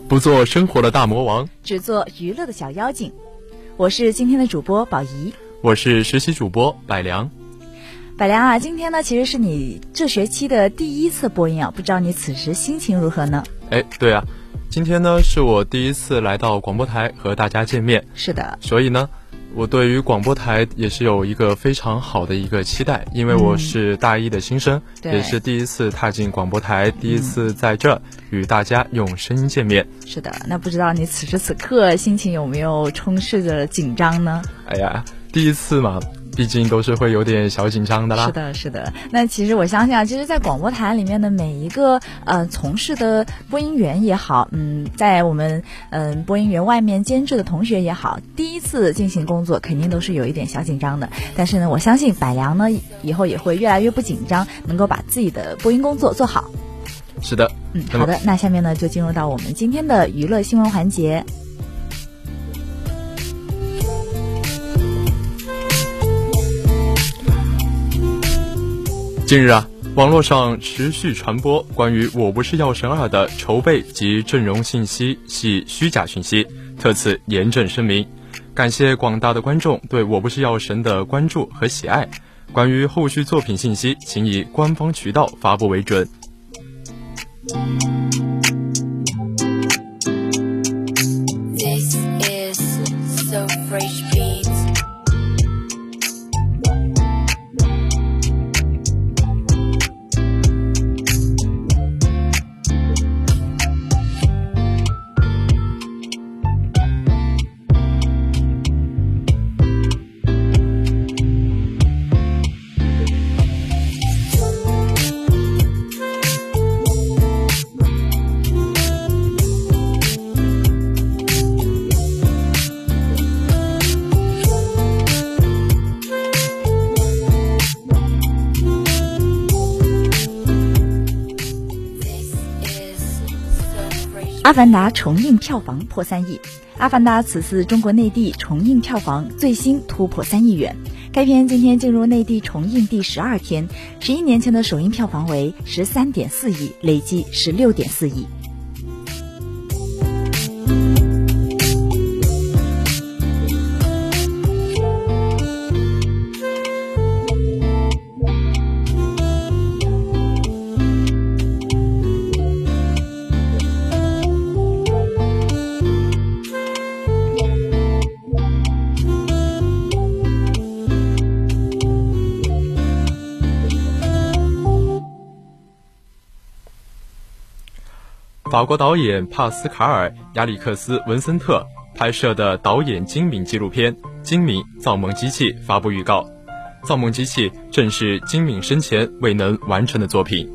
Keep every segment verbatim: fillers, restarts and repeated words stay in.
不做生活的大魔王， 只做娱乐的小妖精。我是今天的主播宝仪， 我是实习主播百良。 百良啊，今天呢其实是你这学期的第一次播音啊，不知道你此时心情如何呢？ 哎，对啊，今天呢是我第一次来到广播台和大家见面。 是的， 所以呢我对于广播台也是有一个非常好的一个期待，因为我是大一的新生、嗯、也是第一次踏进广播台、嗯、第一次在这儿与大家用声音见面。 是的，那不知道你此时此刻心情有没有充斥着紧张呢？ 哎呀，第一次嘛，毕竟都是会有点小紧张的啦。 是的，是的。那其实我相信啊，其实在广播台里面的每一个呃从事的播音员也好，嗯，在我们嗯、呃、播音员外面监制的同学也好，第一次进行工作肯定都是有一点小紧张的。但是呢，我相信百良呢以后也会越来越不紧张，能够把自己的播音工作做好。 是的， 嗯，好的。那下面呢就进入到我们今天的娱乐新闻环节。 近日啊，网络上持续传播关于《我不是药神二》的筹备及阵容信息系虚假讯息，特此严正声明，感谢广大的观众对我不是药神的关注和喜爱。关于后续作品信息，请以官方渠道发布为准。 This is so fresh beats. 阿凡达重映票房破三亿，阿凡达此次中国内地重映票房最新突破三亿元。该片今天进入内地重映第十二天，十一年前的首映票房为十三点四亿，累计十六点四亿。 法国导演帕斯卡尔·亚历克斯·文森特拍摄的导演精敏纪录片《精敏造梦机器》发布预告。造梦机器正是精敏生前未能完成的作品。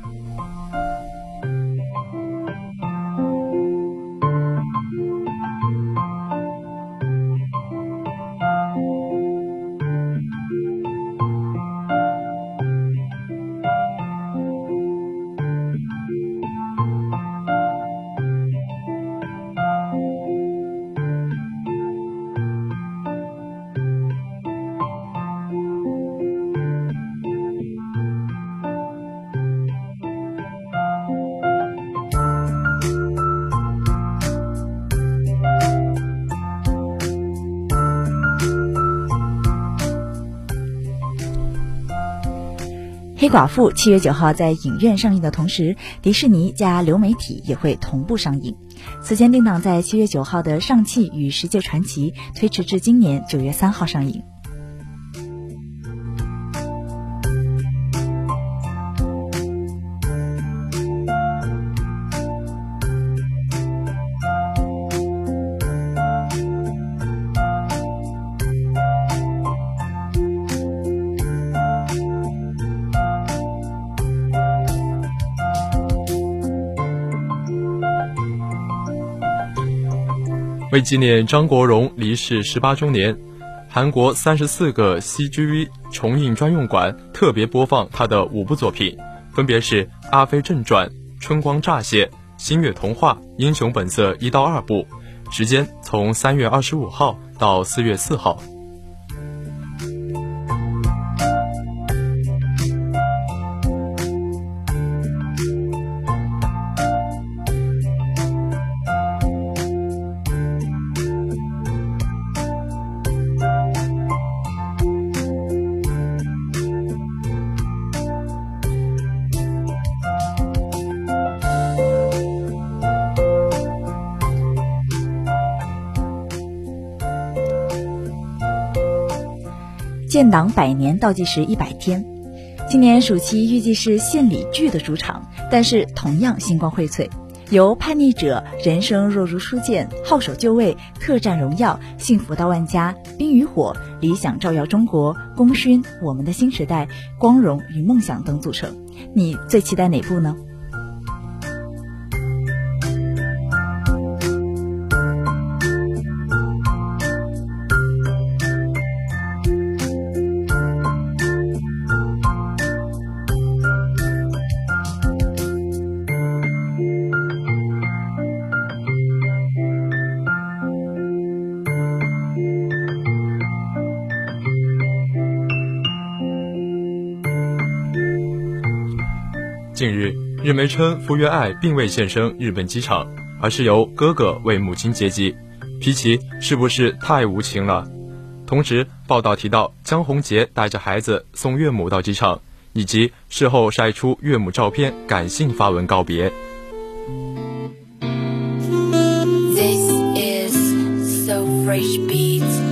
黑寡妇七月九号在影院上映的同时，迪士尼加流媒体也会同步上映。此前定档在七月九号的《上汽与世界传奇》推迟至今年九月三号上映。 为纪念张国荣离世十八周年，韩国三十四个 C G V 重映专用馆特别播放他的五部作品，分别是《阿飞正传》、《春光乍泄》、《星月童话》、《英雄本色》一到二部，时间从三月二十五号到四月四号。 建党百年倒计时一百天。今年暑期预计是献礼剧的主场，但是同样星光荟萃，由叛逆者、人生若如初见、号手就位、特战荣耀、幸福到万家、冰与火、理想照耀中国、功勋、我们的新时代、光荣与梦想等组成。你最期待哪部呢？ 近日，日媒称福原爱并未现身日本机场，而是由哥哥为母亲接机，皮奇是不是太无情了？同时，报道提到江宏杰带着孩子送岳母到机场，以及事后晒出岳母照片，感性发文告别。 This is so fresh beats.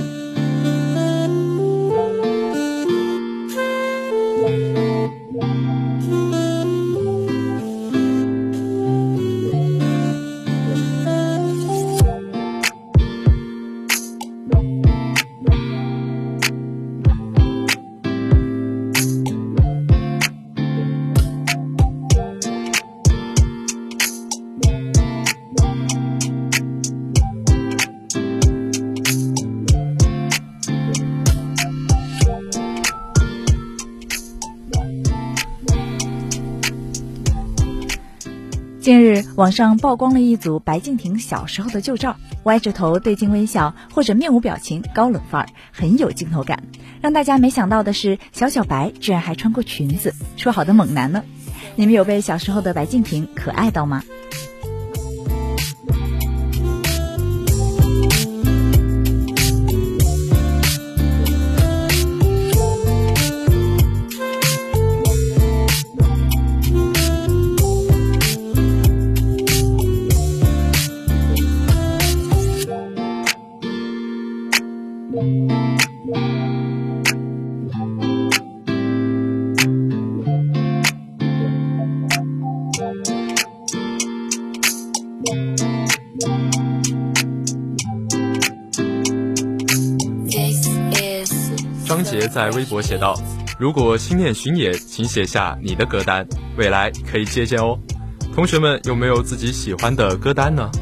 近日，网上曝光了一组白敬亭小时候的旧照，歪着头对镜微笑，或者面无表情高冷范儿，很有镜头感。让大家没想到的是，小小白居然还穿过裙子，说好的猛男呢？你们有被小时候的白敬亭可爱到吗？ 张杰在微博写道：如果新年巡演，请写下你的歌单，未来可以借鉴哦。同学们有没有自己喜欢的歌单呢？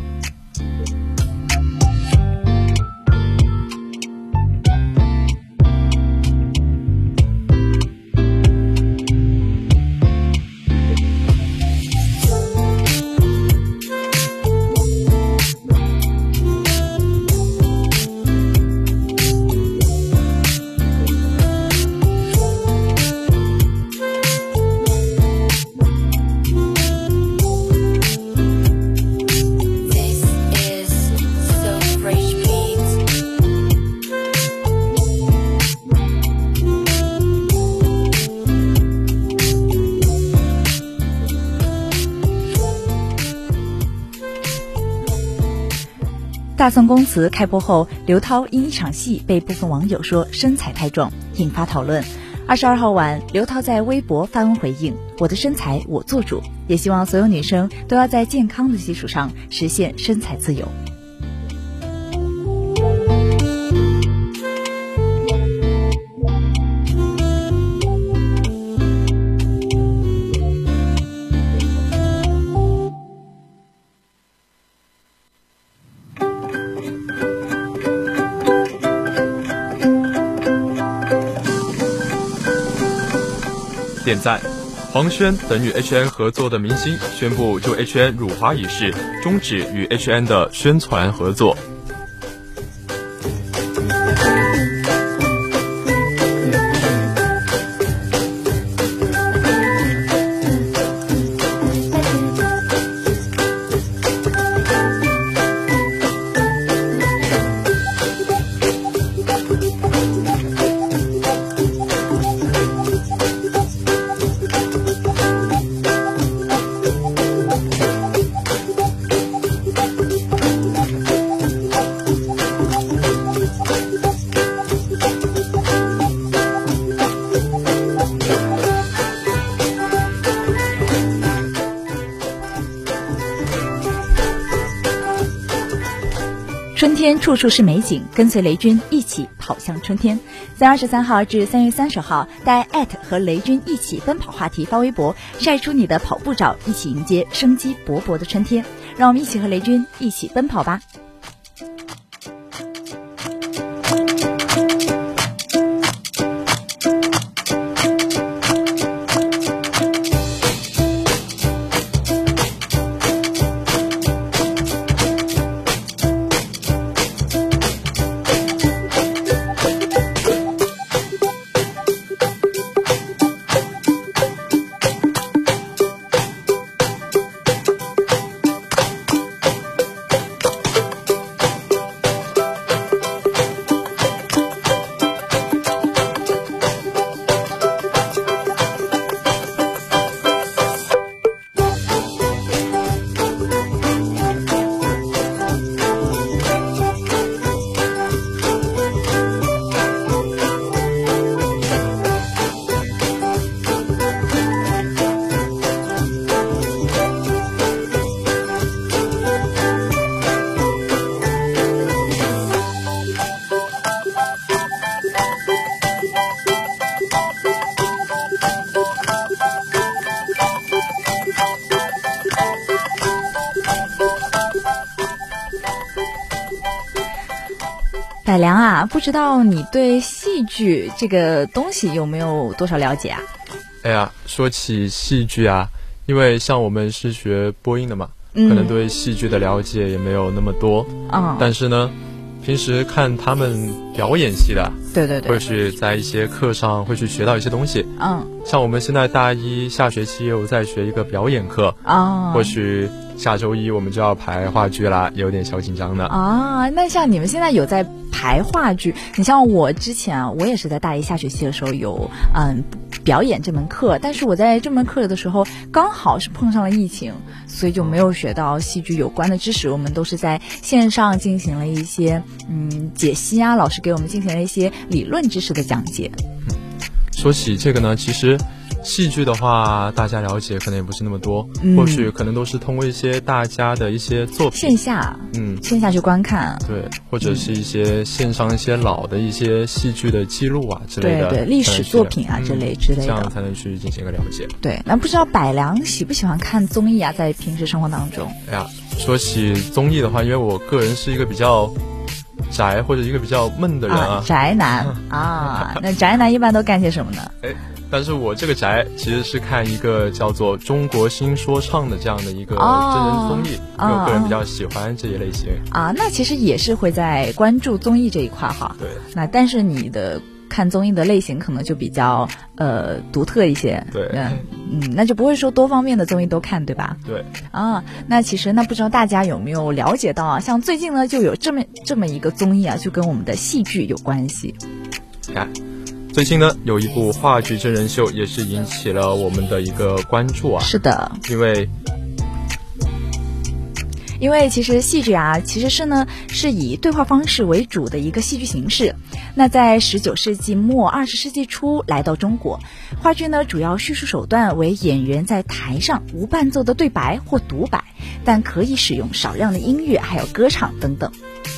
大宋宫词开播后，刘涛因一场戏被部分网友说身材太壮，引发讨论。二十二号晚，刘涛在微博发文回应：“我的身材我做主，也希望所有女生都要在健康的基础上实现身材自由。” 点赞，黄轩等与 H N 合作的明星宣布就 H N 辱华一事终止与 H N 的宣传合作。 春天处处是美景，跟随雷军一起跑向春天。三月二十三号至三月三十号，带艾特和雷军一起奔跑话题发微博，晒出你的跑步照，一起迎接生机勃勃的春天。让我们一起和雷军一起奔跑吧。百良啊，不知道你对戏剧这个东西有没有多少了解啊？ 哎呀，说起戏剧啊，因为像我们是学播音的嘛， 嗯、 可能对戏剧的了解也没有那么多。 嗯， 但是呢，平时看他们表演戏的， 对对对， 或许在一些课上会去学到一些东西。 嗯， 像我们现在大一下学期也有在学一个表演课啊， 或许下周一我们就要排话剧啦，有点小紧张呢。 啊，那像你们现在有在排话剧？你像我之前啊，我也是在大一下学期的时候有嗯表演这门课，但是我在这门课的时候刚好是碰上了疫情，所以就没有学到戏剧有关的知识。我们都是在线上进行了一些嗯解析啊，老师给我们进行了一些理论知识的讲解。 嗯，说起这个呢，其实戏剧的话，大家了解可能也不是那么多， 嗯、 或许可能都是通过一些大家的一些作品， 线下， 嗯， 线下去观看， 对，或者是一些线上一些老的一些戏剧的记录啊之类的， 对对，历史作品啊之类之类的， 这样才能去进行一个了解。 对，那不知道百良喜不喜欢看综艺啊？在平时生活当中， 哎呀，说起综艺的话，因为我个人是一个比较宅或者一个比较闷的人啊， 啊宅男啊，那宅男一般都干些什么呢？ 哎。但是我这个宅其实是看一个叫做《中国新说唱》的这样的一个真人综艺，因为我个人比较喜欢这一类型啊。那其实也是会在关注综艺这一块哈。 对。 那但是你的看综艺的类型可能就比较呃独特一些。 对。 嗯嗯，那就不会说多方面的综艺都看，对吧？ 对。 啊，那其实那不知道大家有没有了解到啊？像最近呢就有这么这么一个综艺啊，就跟我们的戏剧有关系。 看。最近呢，有一部话剧真人秀也是引起了我们的一个关注啊。 是的， 因为因为其实戏剧啊，其实是呢是以对话方式为主的一个戏剧形式。那在十九世纪末二十世纪初来到中国，话剧呢主要叙述手段为演员在台上无伴奏的对白或独白，但可以使用少量的音乐还有歌唱等等。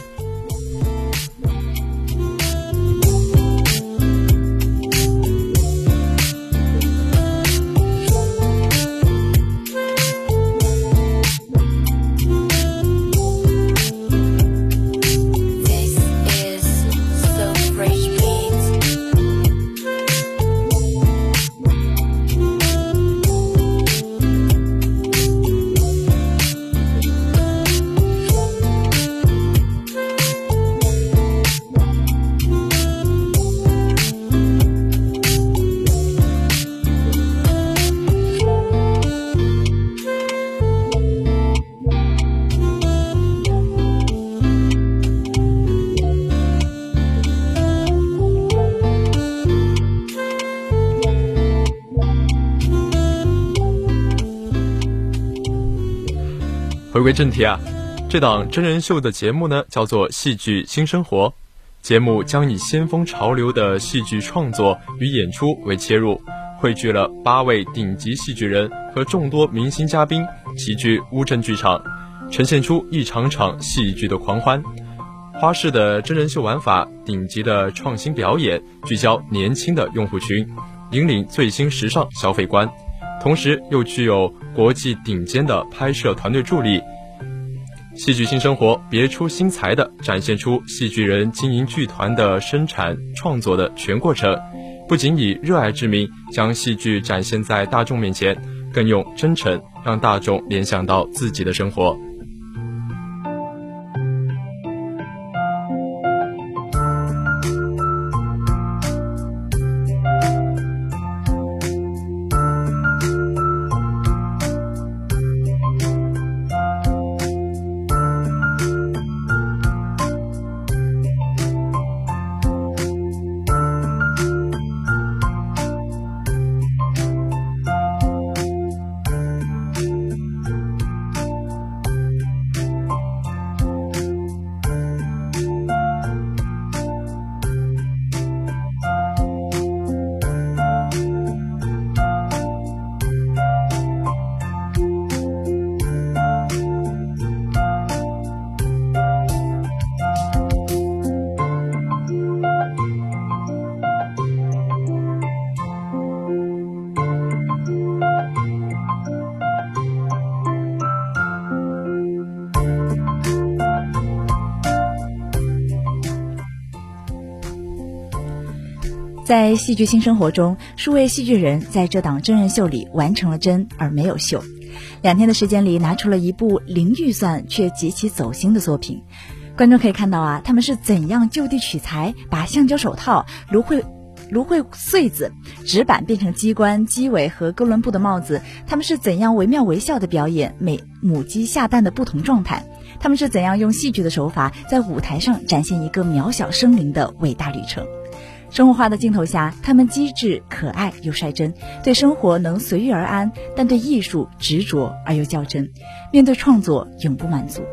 回归正题啊，这档真人秀的节目呢叫做《戏剧新生活》，节目将以先锋潮流的戏剧创作与演出为切入，汇聚了八位顶级戏剧人和众多明星嘉宾齐聚乌镇剧场，呈现出一场场戏剧的狂欢。 花式的真人秀玩法，顶级的创新表演，聚焦年轻的用户群，引领最新时尚消费观，同时又具有国际顶尖的拍摄团队助力。戏剧新生活别出心裁地展现出戏剧人经营剧团的生产创作的全过程，不仅以热爱之名将戏剧展现在大众面前，更用真诚让大众联想到自己的生活。 在戏剧新生活中，数位戏剧人在这档真人秀里完成了真而没有秀。两天的时间里，拿出了一部零预算却极其走心的作品。观众可以看到啊，他们是怎样就地取材，把橡胶手套、芦荟芦荟穗子、纸板变成机关、鸡尾和哥伦布的帽子，他们是怎样惟妙惟肖的表演每母鸡下蛋的不同状态，他们是怎样用戏剧的手法在舞台上展现一个渺小生灵的伟大旅程。生活化的镜头下，他们机智可爱又率真，对生活能随遇而安，但对艺术执着而又较真，面对创作永不满足。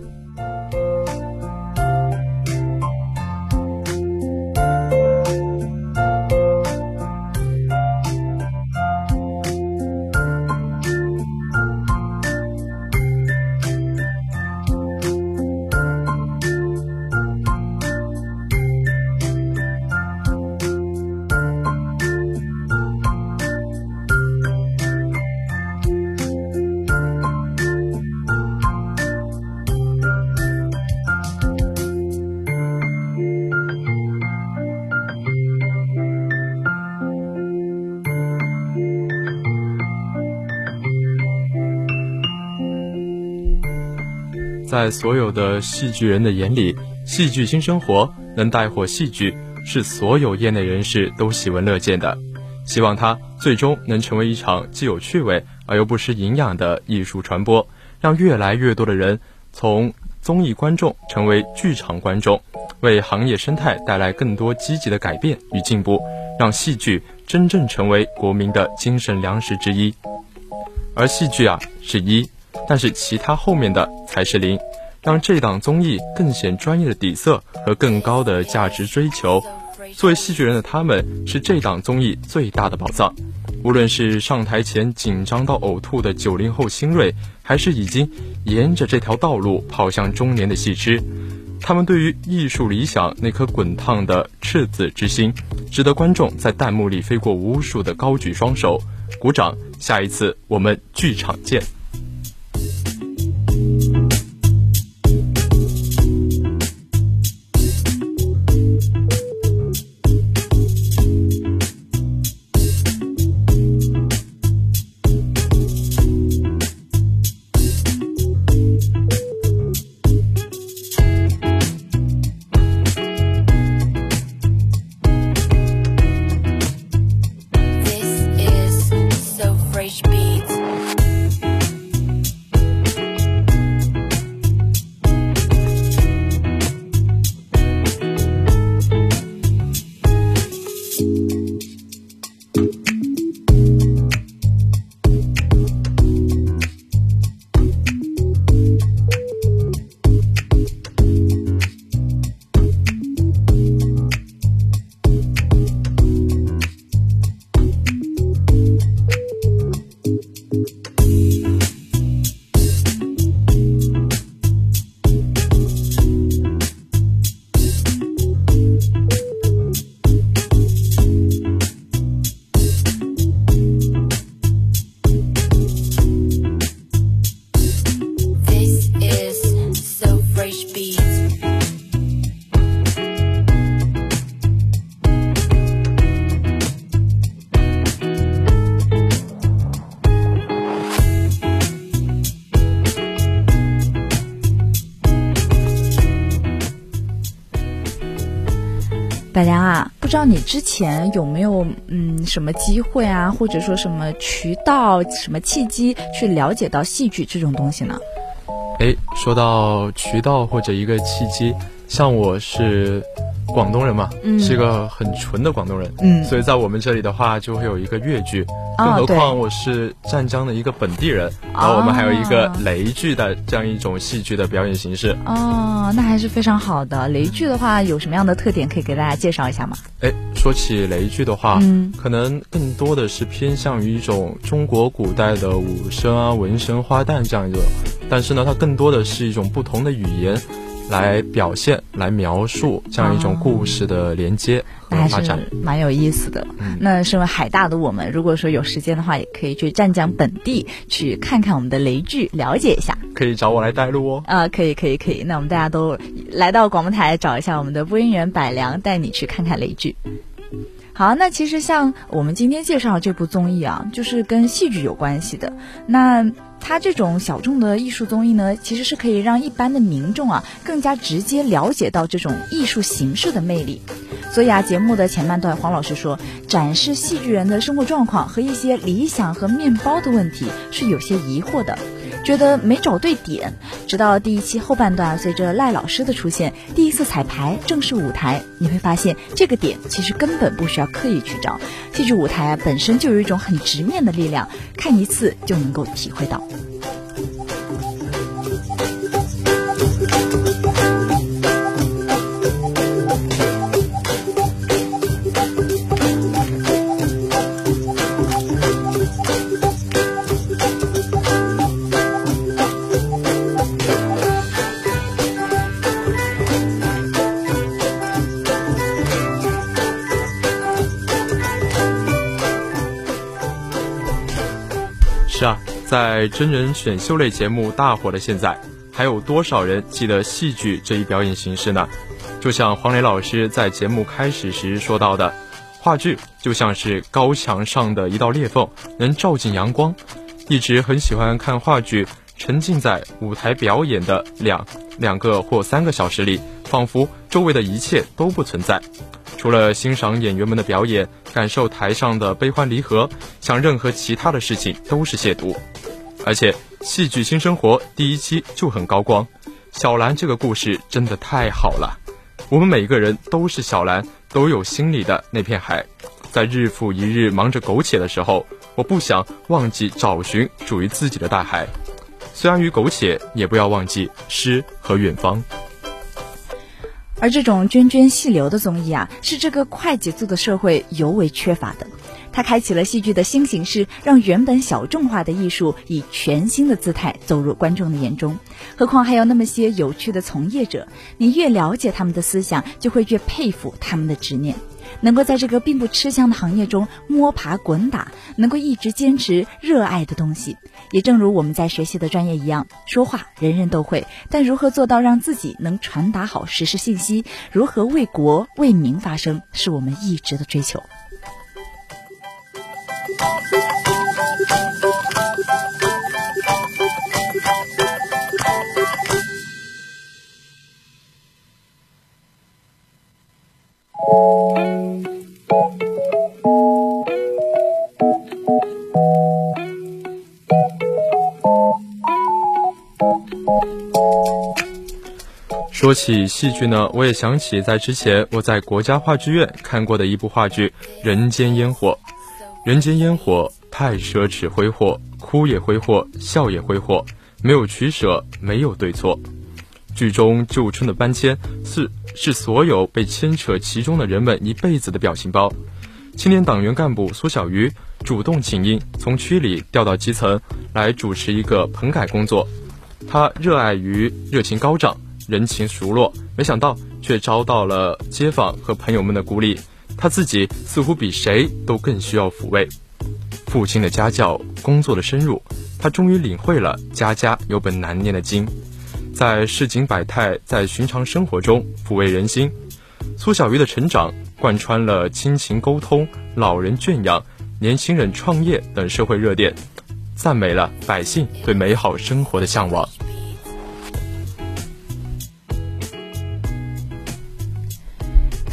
在所有的戏剧人的眼里，戏剧新生活能带火戏剧，是所有业内人士都喜闻乐见的。希望它最终能成为一场既有趣味而又不失营养的艺术传播，让越来越多的人从综艺观众成为剧场观众，为行业生态带来更多积极的改变与进步，让戏剧真正成为国民的精神粮食之一。而戏剧啊是一，但是其他后面的才是零，让这档综艺更显专业的底色和更高的价值追求。作为戏剧人的他们，是这档综艺最大的宝藏。无论是上台前紧张到呕吐的九零后新锐，还是已经沿着这条道路跑向中年的戏痴，他们对于艺术理想那颗滚烫的赤子之心，值得观众在弹幕里飞过无数的高举双手鼓掌。下一次我们剧场见。 This is So Fresh Beats. 百良啊，不知道你之前有没有嗯什么机会啊，或者说什么渠道、什么契机去了解到戏剧这种东西呢？ 哎，说到渠道或者一个契机，像我是广东人嘛，嗯、是一个很纯的广东人，嗯，所以在我们这里的话就会有一个粤剧，更何况我是湛江的一个本地人，然后我们还有一个雷剧的这样一种戏剧的表演形式。 哦，那还是非常好的。雷剧的话有什么样的特点可以给大家介绍一下吗？ 哎，说起雷剧的话，嗯，可能更多的是偏向于一种中国古代的武生啊、文生、花旦这样一种，但是呢，它更多的是一种不同的语言来表现、来描述这样一种故事的连接和发展， 那还是蛮有意思的。嗯、那身为海大的我们，如果说有时间的话，也可以去湛江本地去看看我们的雷剧，了解一下。 可以找我来带路哦。 啊、呃，可以，可以，可以。那我们大家都来到广播台，找一下我们的播音员百良，带你去看看雷剧。好，那其实像我们今天介绍这部综艺啊，就是跟戏剧有关系的。那它这种小众的艺术综艺呢，其实是可以让一般的民众啊更加直接了解到这种艺术形式的魅力。所以啊，节目的前半段，黄老师说，展示戏剧人的生活状况和一些理想和面包的问题是有些疑惑的，觉得没找对点。直到第一期后半段，随着赖老师的出现，第一次彩排正式舞台，你会发现这个点其实根本不需要刻意去找，戏剧舞台啊本身就有一种很直面的力量，看一次就能够体会到。 是啊，在真人选秀类节目大火的现在，还有多少人记得戏剧这一表演形式呢？就像黄磊老师在节目开始时说到的，话剧就像是高墙上的一道裂缝，能照进阳光。一直很喜欢看话剧，沉浸在舞台表演的两两个或三个小时里，仿佛周围的一切都不存在，除了欣赏演员们的表演，感受台上的悲欢离合，想任何其他的事情都是亵渎。而且戏剧新生活第一期就很高光，小兰这个故事真的太好了。我们每个人都是小兰，都有心里的那片海。在日复一日忙着苟且的时候，我不想忘记找寻属于自己的大海。虽然于苟且，也不要忘记诗和远方。 而这种涓涓细流的综艺啊，是这个快节奏的社会尤为缺乏的。它开启了戏剧的新形式，让原本小众化的艺术以全新的姿态走入观众的眼中。何况还有那么些有趣的从业者，你越了解他们的思想，就会越佩服他们的执念。能够在这个并不吃香的行业中摸爬滚打，能够一直坚持热爱的东西。也正如我们在学习的专业一样，说话人人都会，但如何做到让自己能传达好实时信息，如何为国为民发声，是我们一直的追求。 说起戏剧呢，我也想起在之前我在国家话剧院看过的一部话剧《人间烟火》。人间烟火太奢侈挥霍，哭也挥霍，笑也挥霍，没有取舍，没有对错。剧中旧春的搬迁是是所有被牵扯其中的人们一辈子的表情包。青年党员干部苏小鱼主动请缨，从区里调到基层来主持一个棚改工作。他热爱于热情高涨，人情熟络，没想到却遭到了街坊和朋友们的孤立。他自己似乎比谁都更需要抚慰。父亲的家教，工作的深入，他终于领会了家家有本难念的经。在市井百态，在寻常生活中抚慰人心。苏小鱼的成长贯穿了亲情沟通、老人圈养、年轻人创业等社会热点，赞美了百姓对美好生活的向往。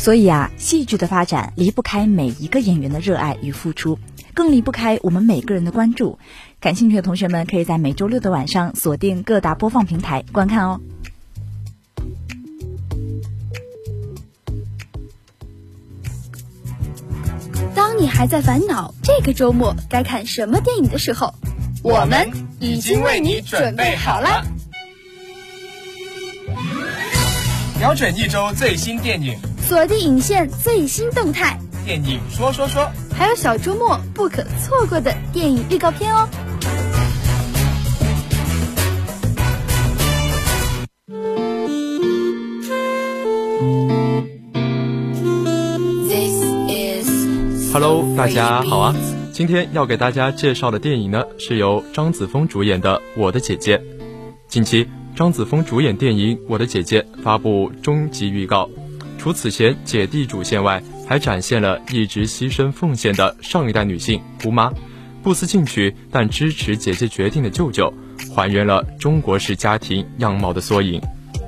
所以啊，戏剧的发展离不开每一个演员的热爱与付出，更离不开我们每个人的关注。感兴趣的同学们可以在每周六的晚上锁定各大播放平台观看哦。 当你还在烦恼这个周末该看什么电影的时候，我们已经为你准备好了。 瞄准一周最新电影， 锁定影线最新动态， 电影说说说， 还有小周末不可错过的电影预告片哦。 Hello， 大家好啊！今天要给大家介绍的电影呢，是由张子枫主演的《我的姐姐》。近期，张子枫主演电影《我的姐姐》发布终极预告，除此前姐弟主线外，还展现了一直牺牲奉献的上一代女性姑妈，不思进取但支持姐姐决定的舅舅，还原了中国式家庭样貌的缩影。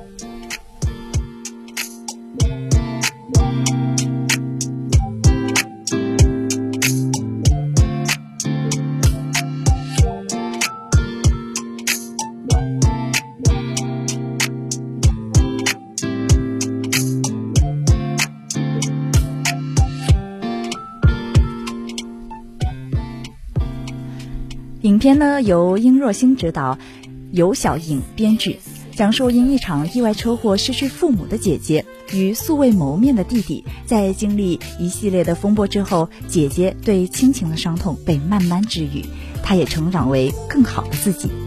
影片呢由殷若星执导，由小颖编剧，讲述因一场意外车祸失去父母的姐姐与素未谋面的弟弟，在经历一系列的风波之后，姐姐对亲情的伤痛被慢慢治愈，她也成长为更好的自己。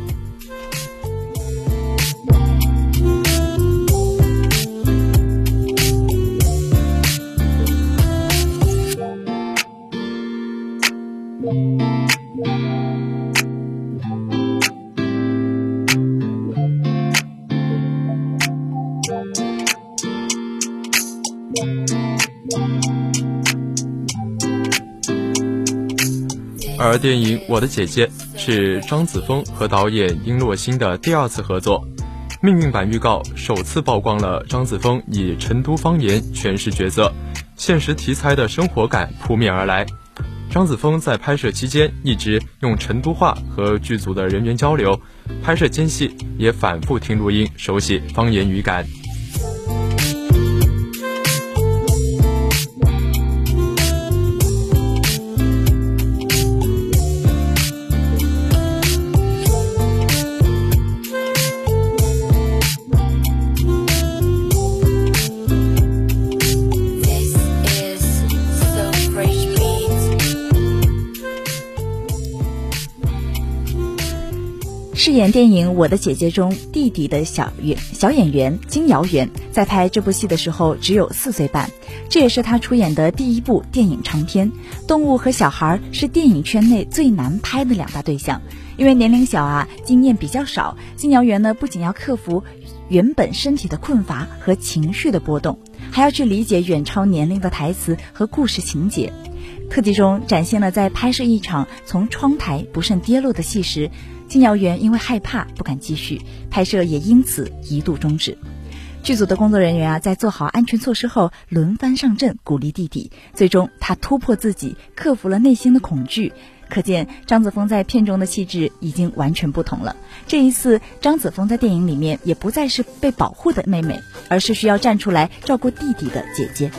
而电影《我的姐姐》是张子枫和导演殷若星的第二次合作。命运版预告首次曝光了张子枫以成都方言诠释角色，现实题材的生活感扑面而来。张子枫在拍摄期间一直用成都话和剧组的人员交流，拍摄间隙也反复听录音，熟悉方言语感。 饰演电影《我的姐姐》中弟弟的小演小演员金瑶媛，在拍这部戏的时候只有四岁半，这也是她出演的第一部电影长片。动物和小孩是电影圈内最难拍的两大对象，因为年龄小啊，经验比较少。金瑶媛呢，不仅要克服原本身体的困乏和情绪的波动，还要去理解远超年龄的台词和故事情节。特辑中展现了在拍摄一场从窗台不慎跌落的戏时，金瑶媛因为害怕不敢继续，拍摄也因此一度终止。剧组的工作人员啊，在做好安全措施后，轮番上阵鼓励弟弟，最终他突破自己，克服了内心的恐惧。可见张子枫在片中的气质已经完全不同了。这一次，张子枫在电影里面也不再是被保护的妹妹，而是需要站出来照顾弟弟的姐姐。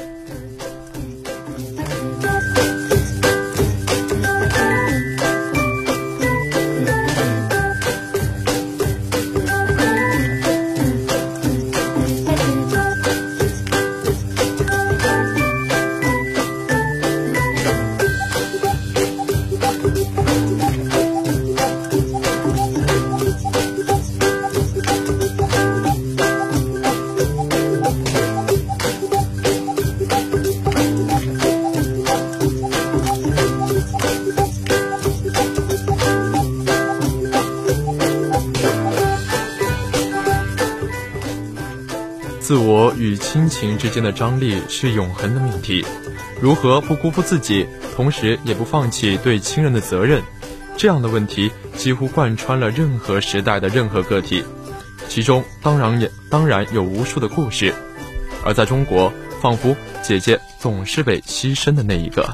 自我与亲情之间的张力是永恒的命题，如何不辜负自己，同时也不放弃对亲人的责任，这样的问题几乎贯穿了任何时代的任何个体，其中当然也当然有无数的故事。而在中国， 仿佛姐姐总是被牺牲的那一个。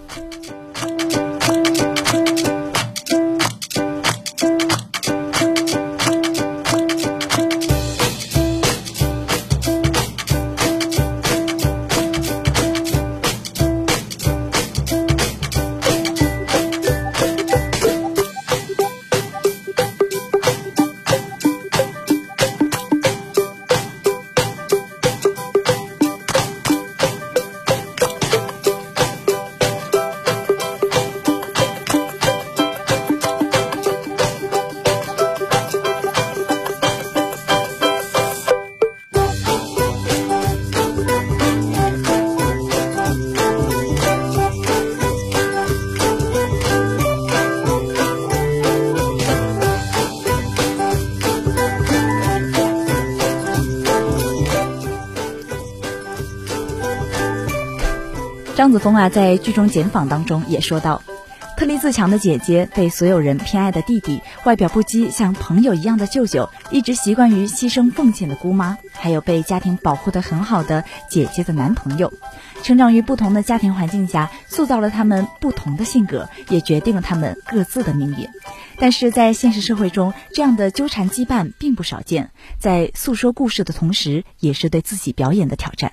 张子枫啊，在剧中简访当中也说到，特立自强的姐姐，被所有人偏爱的弟弟，外表不羁像朋友一样的舅舅，一直习惯于牺牲奉献的姑妈，还有被家庭保护得很好的姐姐的男朋友。成长于不同的家庭环境下，塑造了他们不同的性格，也决定了他们各自的命运。但是在现实社会中，这样的纠缠羁绊并不少见，在诉说故事的同时，也是对自己表演的挑战。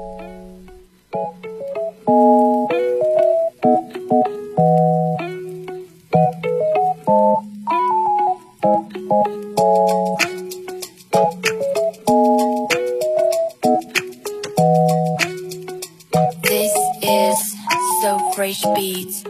This is So Fresh Beats.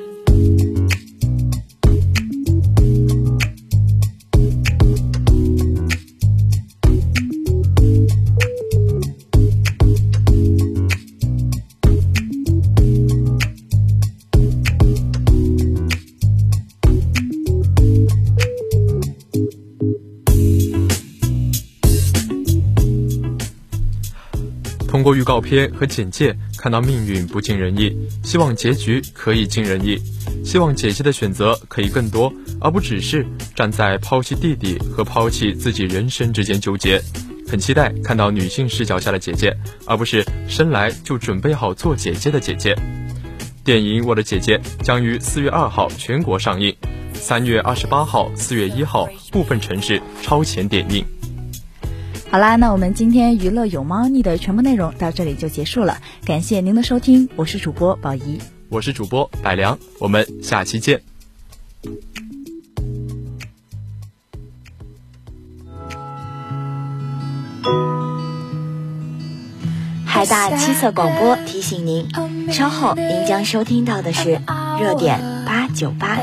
《通过预告片和简介看到命运不尽人意，希望结局可以尽人意，希望姐姐的选择可以更多，而不只是站在抛弃弟弟和抛弃自己人生之间纠结。很期待看到女性视角下的姐姐，而不是生来就准备好做姐姐的姐姐。电影《我的姐姐》将于四月二号全国上映，三月二十八号、四月一号部分城市超前点映。 好啦，那我们今天娱乐有猫腻的全部内容到这里就结束了，感谢您的收听，我是主播宝仪， 我是主播百良，我们下期见。 海大七色广播提醒您，稍后您将收听到的是热点八九八。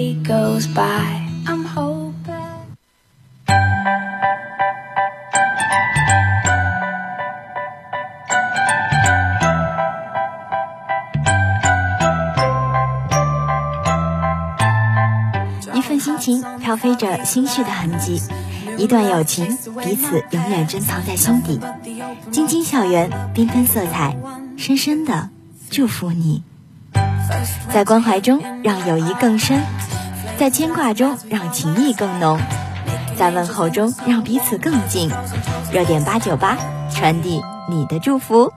一份心情飘飞着心绪的痕迹，一段友情彼此永远珍藏在心底。晶晶校园，缤纷色彩，深深的祝福你。在关怀中让友谊更深，在牵挂中让情谊更浓，在问候中让彼此更近。热点八九八，传递你的祝福。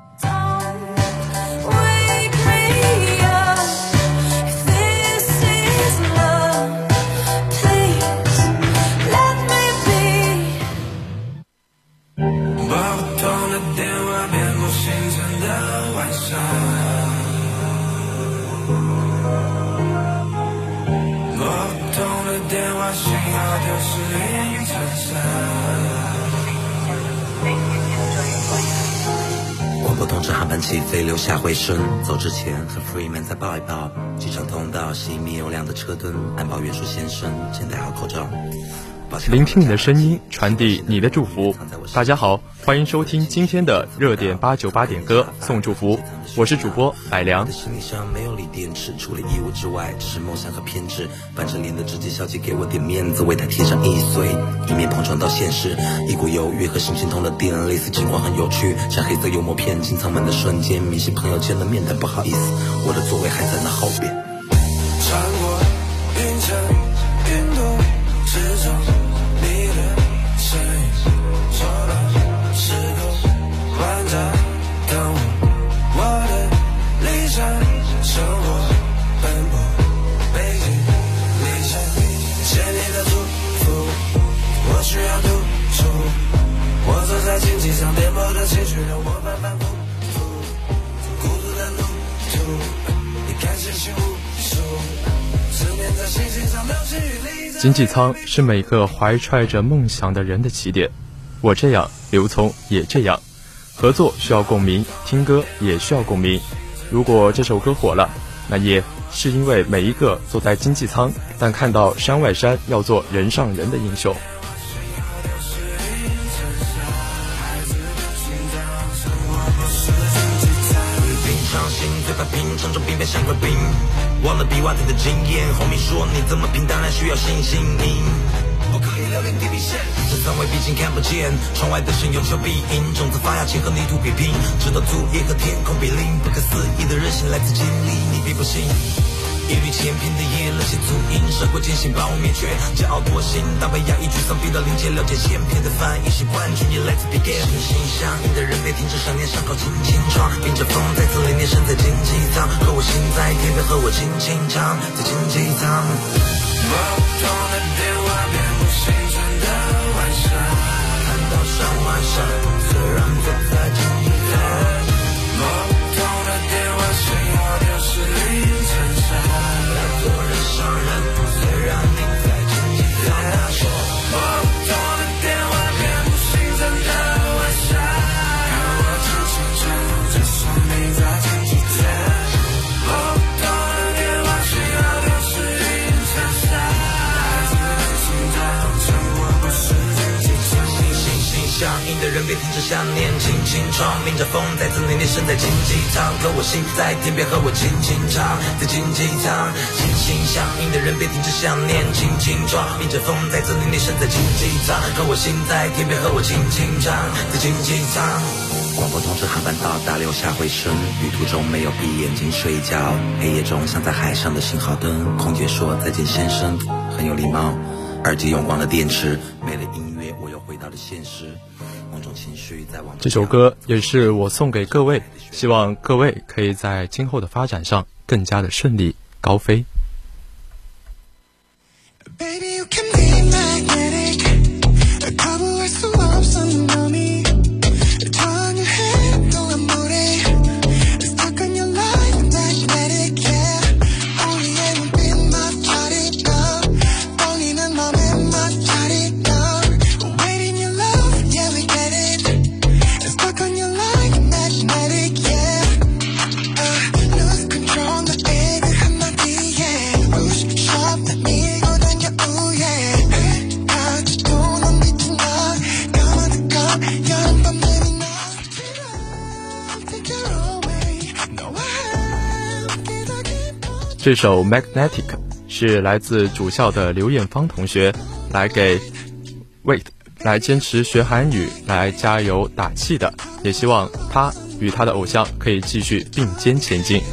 广播通知航班起飞，留下回声。走之前和 Freeman 再抱一抱。机场通道熄灭有亮的车灯，安保员说先生，请戴好口罩。 聆听你的声音，传递你的祝福。大家好，欢迎收听今天的热点八九八点歌送祝福，我是主播百良。 行李箱没有锂电池，除了衣物之外，只是梦想和偏执。板着脸的直接小姐给我点面子，为她贴上一岁，以免碰撞到现实。一股犹豫和心心痛的电，类似情况很有趣，像黑色幽默片，进舱门的瞬间，明星朋友见了面，但不好意思，我的座位还在那后边。穿过云层云朵之中，你的身影，说了时空万丈，等我经济舱是每个怀揣着梦想的人的起点。我这样，刘聪也这样。合作需要共鸣，听歌也需要共鸣。如果这首歌火了，那也是因为每一个坐在经济舱但看到山外山要做人上人的英雄。 平常中并非像块冰，忘了比瓦特的经验。后面说你怎么拼，当然需要信心。不可以留恋地平线，这三位毕竟看不见，窗外的神有求必应，种子发芽前和泥土比拼，直到足叶和天空比邻。不可思议的韧性来自经历，你必不信。一缕千篇的夜，热血足印，社会艰辛把我灭绝，骄傲惰性，大被压抑沮丧，逼到临界，了解千篇的翻译习惯，全也来自 begin。心心相印的人别停止想念，伤口轻轻创，迎着风再次连连身在经济舱，和我心在天边，和我轻轻唱，在经济舱。不同的电话遍布星辰的晚上，看到山外山，虽然不在经济舱。不同的电话信号丢失凌晨山，要做人上人，虽然你在经济舱。他说不同的电话遍布星辰的晚上，看我轻轻唱，就算你在经济舱。不同的电话信号丢失凌晨山，相应的人别停止想念，轻轻闯，迎着风再次连连身在经济舱，和我心在天边，和我轻轻唱，在经济舱。心心相印的人别停止想念，轻轻闯，迎着风再次连连身在经济舱，和我心在天边，和我轻轻唱，在经济舱。广播通知航班到达，留下回声。旅途中没有闭眼睛睡觉，黑夜中像在海上的信号灯。空姐说再见先生，很有礼貌。耳机用光了电池，没了音乐，我又回到了现实。 这首歌也是我送给各位，希望各位可以在今后的发展上更加的顺利高飞。这首 Magnetic 是来自主校的刘艳芳同学来给 Wait 来坚持学韩语来加油打气的，也希望他与他的偶像可以继续并肩前进。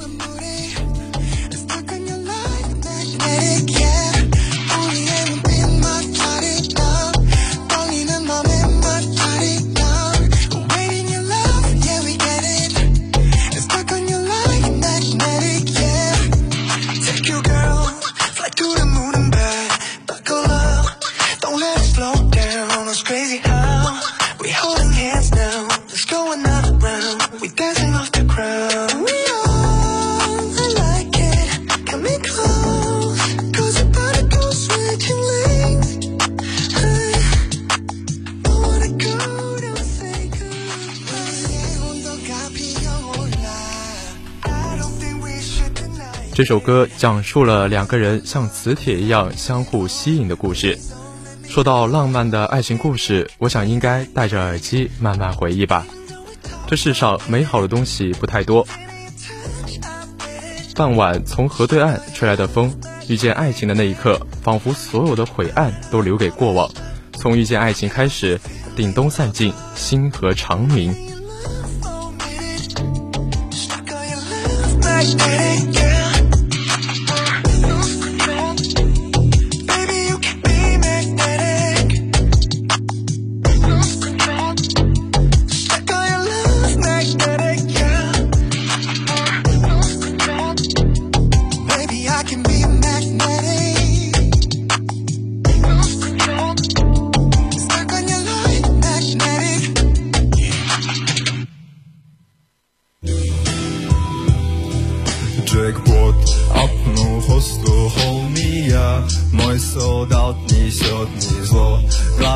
这首歌讲述了两个人像磁铁一样相互吸引的故事。说到浪漫的爱情故事，我想应该戴着耳机慢慢回忆吧。这世上美好的东西不太多。傍晚从河对岸吹来的风，遇见爱情的那一刻，仿佛所有的晦暗都留给过往。从遇见爱情开始，顶东散尽，星河长明。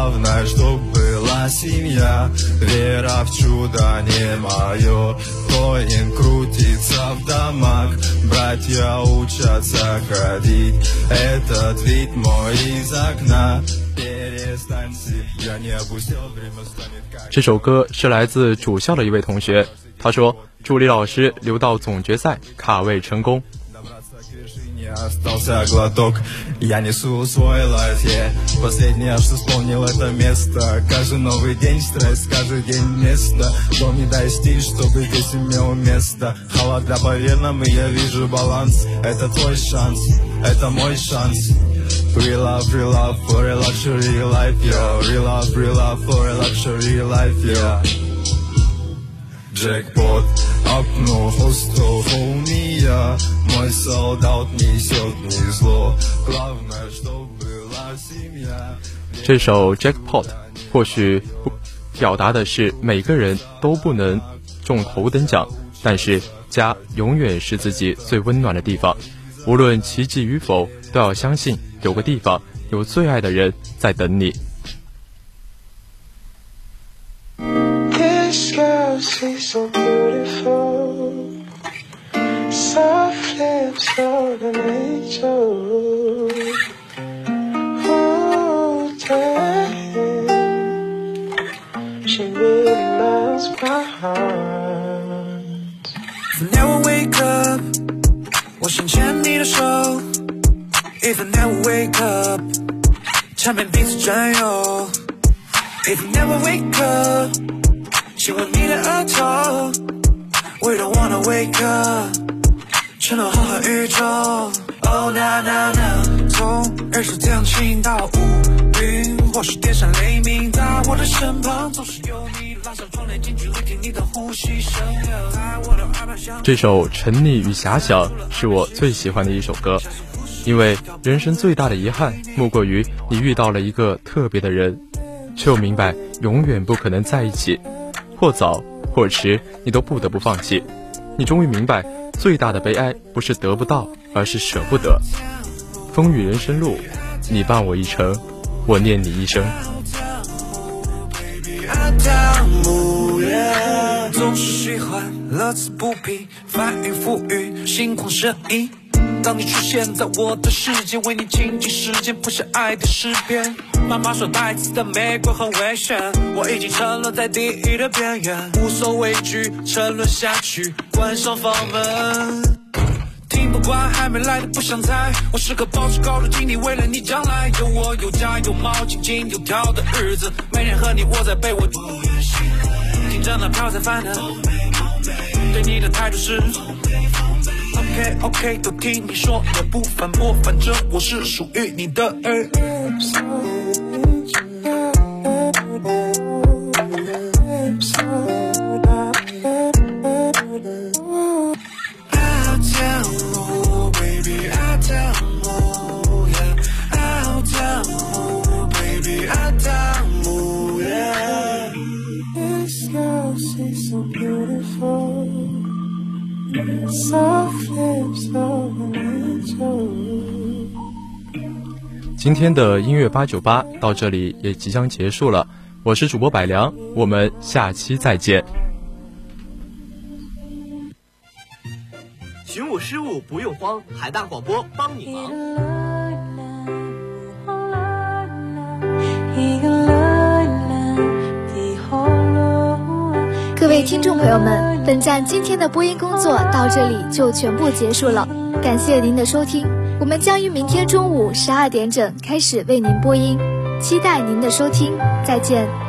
Главное, чтоб была семья, вера в чудо не мое. Коин крутится в домах, братья учатся ходить. Этот вид мой из окна. Перестаньте, я не опустил, время станет как... 这首歌是来自主校的一位同学，他说祝李老师留到总决赛卡位成功。 Остался глоток, я несу свой лайф, yeah. Последнее, что вспомнил, это место. Каждый новый день стресс, каждый день место. Дом не достичь, чтобы здесь имел место. Холода по венам, и я вижу баланс. Это твой шанс, это мой шанс. Real love, real love for a luxury life, yo. Real love, real love for a luxury life, yo. Джекпот, окно, хостел, холмия. Мой солдат несет не зло. Главное, чтобы была семья. 这首 Jackpot 或许表达的是每个人都不能中头等奖，但是家永远是自己最温暖的地方。无论奇迹与否，都要相信有个地方有最爱的人在等你。 She's so beautiful, soft lips of an angel. Oh, damn, she really melts my heart. If I never wake up, 我想牵你的手。If I never wake up, 缠绵彼此占有。If I never wake up, 亲吻你的额头 We don't wanna wake up 承诺浩瀚宇宙 Oh na na na 从日出天晴到乌云或是电闪雷鸣在我的身旁总是有你拉上窗帘进去会听你的呼吸声在我的耳畔响这首沉溺与遐想是我最喜欢的一首歌，因为人生最大的遗憾莫过于你遇到了一个特别的人，却又明白永远不可能在一起，或早或迟你都不得不放弃。你终于明白最大的悲哀不是得不到，而是舍不得。风雨人生路，你伴我一程，我念你一生。 总是喜欢乐此不疲，翻云覆雨，心旷神怡。当你出现在我的世界，为你倾尽时间谱下爱的诗篇。妈妈说带刺的玫瑰很危险，我已经沉沦在地狱的边缘，无所畏惧，沉沦下去，关上房门。听不惯还没来的不想猜，我时刻保持高度警惕，为了你将来有我有家有猫井井有条的日子，每天和你窝在被窝，听着那飘在烦恼，对你的态度是OK OK 都听你说，也不反驳，反正我是属于你的儿。 今天的音乐八九八到这里也即将结束了，我是主播百良，我们下期再见。 寻物失物不用慌，海大广播帮你忙。 各位听众朋友们，本站今天的播音工作到这里就全部结束了，感谢您的收听，我们将于明天中午十二点整开始为您播音，期待您的收听，再见。